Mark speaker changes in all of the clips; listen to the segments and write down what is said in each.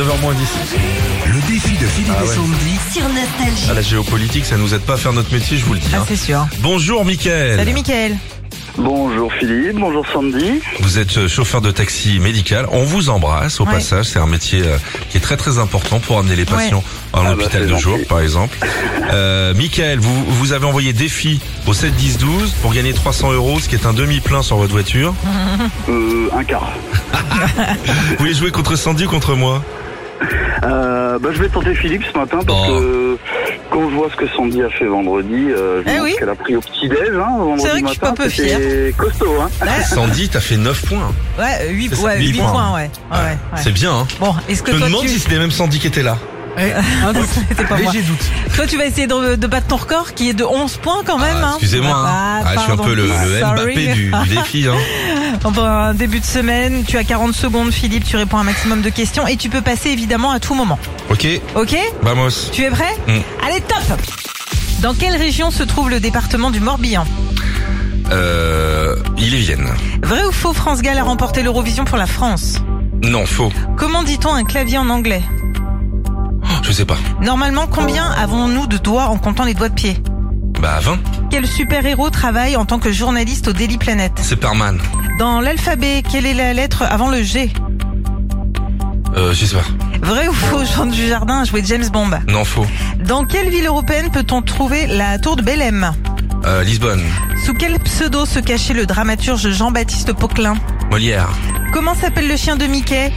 Speaker 1: 9h10.
Speaker 2: Le défi de Philippe et Sandy.
Speaker 3: Sur Nostalgie.
Speaker 1: Ah, la géopolitique, ça nous aide pas à faire notre métier, je vous le dis.
Speaker 4: Ah,
Speaker 1: hein.
Speaker 4: c'est sûr.
Speaker 1: Bonjour Mickaël.
Speaker 4: Salut Mickaël.
Speaker 5: Bonjour Philippe, bonjour Sandy.
Speaker 1: Vous êtes chauffeur de taxi médical. On vous embrasse au
Speaker 4: Ouais.
Speaker 1: passage. C'est un métier qui est très très important pour amener les patients à
Speaker 5: bah,
Speaker 1: l'hôpital
Speaker 5: c'est
Speaker 1: de jour,
Speaker 5: gentil.
Speaker 1: par exemple. Mickaël, vous avez envoyé défi au 7 10 12 pour gagner 300 €, ce qui est un demi-plein sur votre voiture.
Speaker 5: Un quart.
Speaker 1: Vous voulez jouer contre Sandy ou contre moi?
Speaker 5: Je vais tenter Philippe ce matin parce que quand je vois ce que Sandy a fait vendredi, je me demande ce qu'elle a pris au petit-déj vendredi
Speaker 4: C'est vrai que
Speaker 5: matin.
Speaker 4: je suis un peu fière.
Speaker 5: C'était costaud, hein.
Speaker 1: Sandy, t'as fait 9 points.
Speaker 4: Ouais, 8
Speaker 1: C'est ça,
Speaker 4: 8
Speaker 1: 8
Speaker 4: points,
Speaker 1: points.
Speaker 4: ouais.
Speaker 1: C'est bien, hein.
Speaker 4: Bon, est-ce que
Speaker 1: Je me
Speaker 4: toi
Speaker 1: demande si c'était même Sandy qui était là.
Speaker 4: C'était pas moi.
Speaker 1: Léger doute.
Speaker 4: Toi, tu vas essayer de battre ton record qui est de 11 points quand même. hein.
Speaker 1: Excusez-moi, hein.
Speaker 4: Ah,
Speaker 1: je suis un
Speaker 4: pardon.
Speaker 1: peu le
Speaker 4: Sorry.
Speaker 1: Mbappé du défi, hein.
Speaker 4: Enfin, début de semaine, tu as 40 secondes Philippe, tu réponds à un maximum de questions et tu peux passer évidemment à tout moment.
Speaker 1: Ok,
Speaker 4: Ok?
Speaker 1: vamos.
Speaker 4: Tu es prêt? Allez, top! Dans quelle région se trouve le département du Morbihan?
Speaker 1: Ille-et-Vienne.
Speaker 4: Vrai ou faux, France Gall a remporté l'Eurovision pour la France?
Speaker 1: Non, faux.
Speaker 4: Comment dit-on un clavier en anglais?
Speaker 1: Je sais pas.
Speaker 4: Normalement, combien avons-nous de doigts en comptant les doigts de pied?
Speaker 1: 20.
Speaker 4: Quel super-héros travaille en tant que journaliste au Daily Planet?
Speaker 1: Superman.
Speaker 4: Dans l'alphabet, quelle est la lettre avant le G?
Speaker 1: Je sais pas.
Speaker 4: Vrai ou faux, Jean Dujardin a joué James Bond?
Speaker 1: Non, faux.
Speaker 4: Dans quelle ville européenne peut-on trouver la tour de Belém?
Speaker 1: Lisbonne.
Speaker 4: Sous quel pseudo se cachait le dramaturge Jean-Baptiste Poquelin?
Speaker 1: Molière.
Speaker 4: Comment s'appelle le chien de Mickey?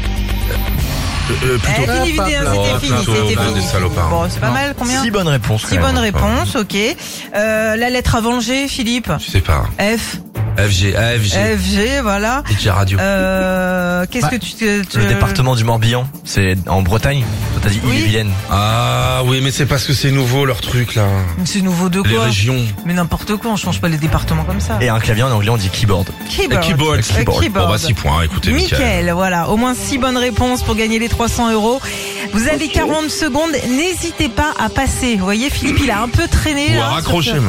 Speaker 1: Plutôt.
Speaker 4: Fini,
Speaker 1: Oh,
Speaker 4: c'était fini,
Speaker 1: plutôt,
Speaker 4: c'était
Speaker 1: des
Speaker 4: fini.
Speaker 1: salopards.
Speaker 4: Bon, c'est pas mal, combien?
Speaker 6: 6 bonnes réponses.
Speaker 4: 6 bonnes réponses, ok. La lettre avant le G, Philippe?
Speaker 1: Je sais pas.
Speaker 4: F.
Speaker 1: FG, AFG.
Speaker 4: FG, voilà.
Speaker 1: DJ Radio.
Speaker 4: Qu'est-ce que tu...
Speaker 6: Le département du Morbihan, c'est en Bretagne. Toi t'as dit
Speaker 4: Oui.
Speaker 6: Ille-et-Vienne.
Speaker 1: Ah oui, mais c'est parce que c'est nouveau leur truc là.
Speaker 4: C'est nouveau de
Speaker 1: Les
Speaker 4: quoi?
Speaker 1: régions.
Speaker 4: Mais n'importe quoi, on change pas les départements comme ça.
Speaker 6: Et un clavier en anglais on dit keyboard.
Speaker 4: Keyboard.
Speaker 1: Keyboard. Bon bah 6 points, écoutez Mickaël.
Speaker 4: Mickaël, voilà, au moins 6 bonnes réponses pour gagner les 300 €. Vous avez 40 secondes, n'hésitez pas à passer. Vous voyez, Philippe, il a un peu traîné.
Speaker 1: Ou
Speaker 4: là,
Speaker 1: à raccrocher
Speaker 4: sur-
Speaker 1: même.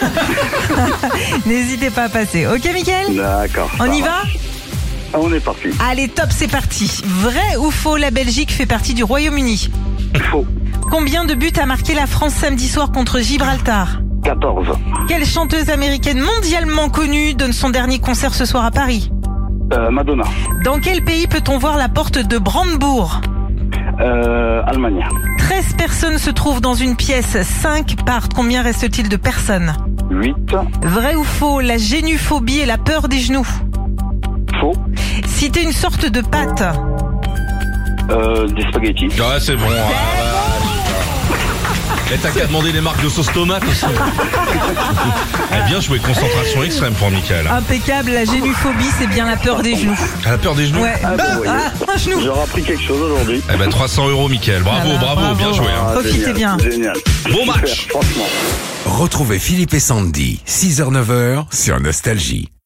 Speaker 4: N'hésitez pas à passer. Ok, Mickaël?
Speaker 5: D'accord.
Speaker 4: On
Speaker 5: ça
Speaker 4: y va?
Speaker 5: marche. On est parti.
Speaker 4: Allez, top, c'est parti. Vrai ou faux, la Belgique fait partie du Royaume-Uni?
Speaker 5: Faux.
Speaker 4: Combien de buts a marqué la France samedi soir contre Gibraltar?
Speaker 5: 14.
Speaker 4: Quelle chanteuse américaine mondialement connue donne son dernier concert ce soir à Paris?
Speaker 5: Madonna.
Speaker 4: Dans quel pays peut-on voir la porte de Brandebourg?
Speaker 5: Allemagne.
Speaker 4: 13 personnes se trouvent dans une pièce, 5 partent. Combien reste-t-il de personnes?
Speaker 5: 8.
Speaker 4: Vrai ou faux, la génuphobie est la peur des genoux?
Speaker 5: Faux.
Speaker 4: Citez une sorte de pâte.
Speaker 5: Des spaghettis.
Speaker 1: Ouais, c'est bon. Et t'as qu'à demander les marques de sauce tomate aussi. Bien joué, concentration extrême pour Mickaël.
Speaker 4: Impeccable, la génuphobie, c'est bien la peur des genoux.
Speaker 1: T'as la peur des genoux?
Speaker 4: Ouais. Un genou.
Speaker 5: J'aurais appris quelque chose aujourd'hui.
Speaker 1: 300 € Mickaël. Bravo,
Speaker 4: Voilà,
Speaker 1: bravo, bien joué. Hein.
Speaker 4: Profitez bien.
Speaker 5: Génial.
Speaker 1: Bon
Speaker 5: Super,
Speaker 1: match.
Speaker 5: franchement.
Speaker 2: Retrouvez Philippe et Sandy, 6h-9h sur Nostalgie.